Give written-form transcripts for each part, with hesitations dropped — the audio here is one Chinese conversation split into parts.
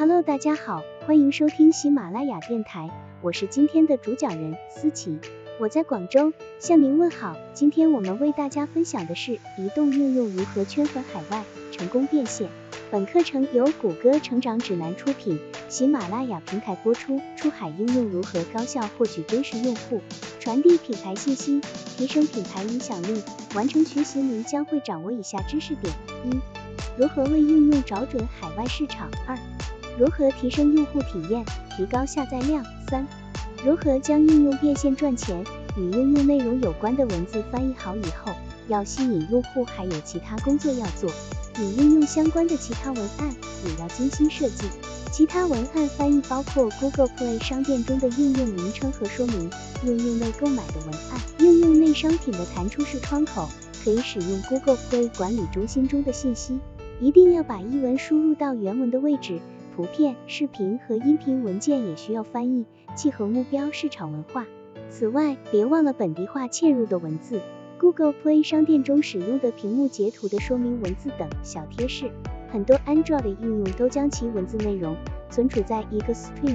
Hello， 大家好，欢迎收听喜马拉雅电台，我是今天的主讲人思琪，我在广州向您问好。今天我们为大家分享的是移动应用如何圈粉海外，成功变现。本课程由谷歌成长指南出品，喜马拉雅平台播出。出海应用如何高效获取真实用户，传递品牌信息，提升品牌影响力。完成学习，您将会掌握以下知识点：一、如何为应用找准海外市场；二、如何提升用户体验，提高下载量；三、如何将应用变现赚钱。与应用内容有关的文字翻译好以后，要吸引用户，还有其他工作要做。与应用相关的其他文案也要精心设计。其他文案翻译包括 Google Play 商店中的应用名称和说明，应用内购买的文案，应用内商品的弹出式窗口，可以使用 Google Play 管理中心中的信息。一定要把译文输入到原文的位置，图片、视频和音频文件也需要翻译，契合目标市场文化。此外，别忘了本地化嵌入的文字。Google Play 商店中使用的屏幕截图的说明文字等小贴士，很多 Android 应用都将其文字内容存储在一个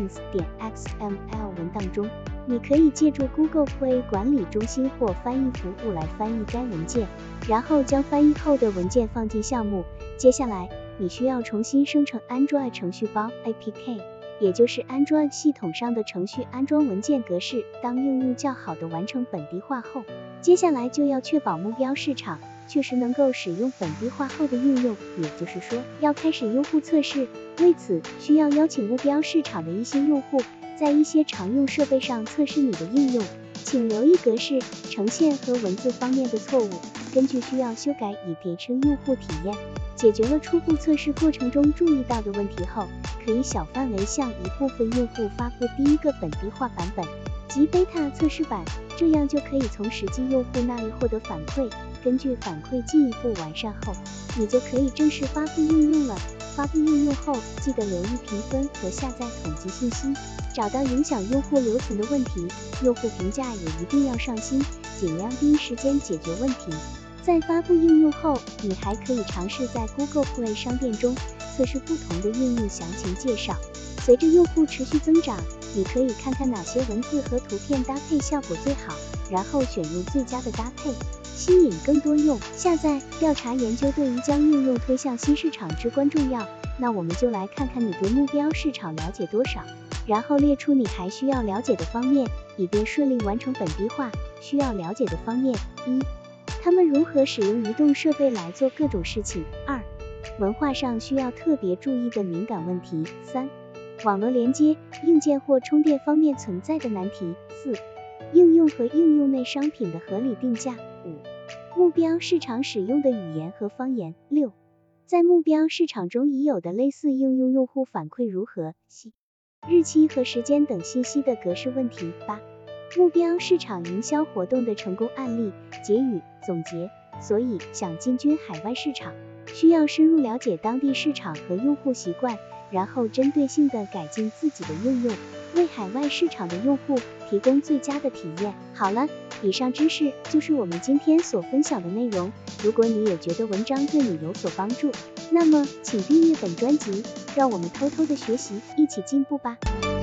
strings.xml 文档中。你可以借助 Google Play 管理中心或翻译服务来翻译该文件，然后将翻译后的文件放进项目。接下来，你需要重新生成 Android 程序包 APK， 也就是 Android 系统上的程序安装文件格式。当应用较好的完成本地化后，接下来就要确保目标市场确实能够使用本地化后的应用，也就是说，要开始用户测试。为此，需要邀请目标市场的一些用户在一些常用设备上测试你的应用。请留意格式、呈现和文字方面的错误，根据需要修改以提升用户体验。解决了初步测试过程中注意到的问题后，可以小范围向一部分用户发布第一个本地化版本，即 Beta 测试版，这样就可以从实际用户那里获得反馈。根据反馈进一步完善后，你就可以正式发布应用了。发布应用后，记得留意评分和下载统计信息，找到影响用户留存的问题，用户评价也一定要上心，尽量第一时间解决问题。在发布应用后，你还可以尝试在 Google Play 商店中测试不同的应用详情介绍。随着用户持续增长，你可以看看哪些文字和图片搭配效果最好，然后选用最佳的搭配，吸引更多用下载。调查研究对于将应用推向新市场至关重要。那我们就来看看你对目标市场了解多少，然后列出你还需要了解的方面，以便顺利完成本地化。需要了解的方面：一、他们如何使用移动设备来做各种事情；二、文化上需要特别注意的敏感问题；三、网络连接、硬件或充电方面存在的难题；四、应用和应用内商品的合理定价；五、目标市场使用的语言和方言；六、在目标市场中已有的类似应用用户反馈如何；七、日期和时间等信息的格式问题；八、目标市场营销活动的成功案例、结语、总结。所以，想进军海外市场，需要深入了解当地市场和用户习惯，然后针对性地改进自己的应用，为海外市场的用户提供最佳的体验。好了，以上知识就是我们今天所分享的内容。如果你也觉得文章对你有所帮助，那么请订阅本专辑，让我们偷偷的学习，一起进步吧。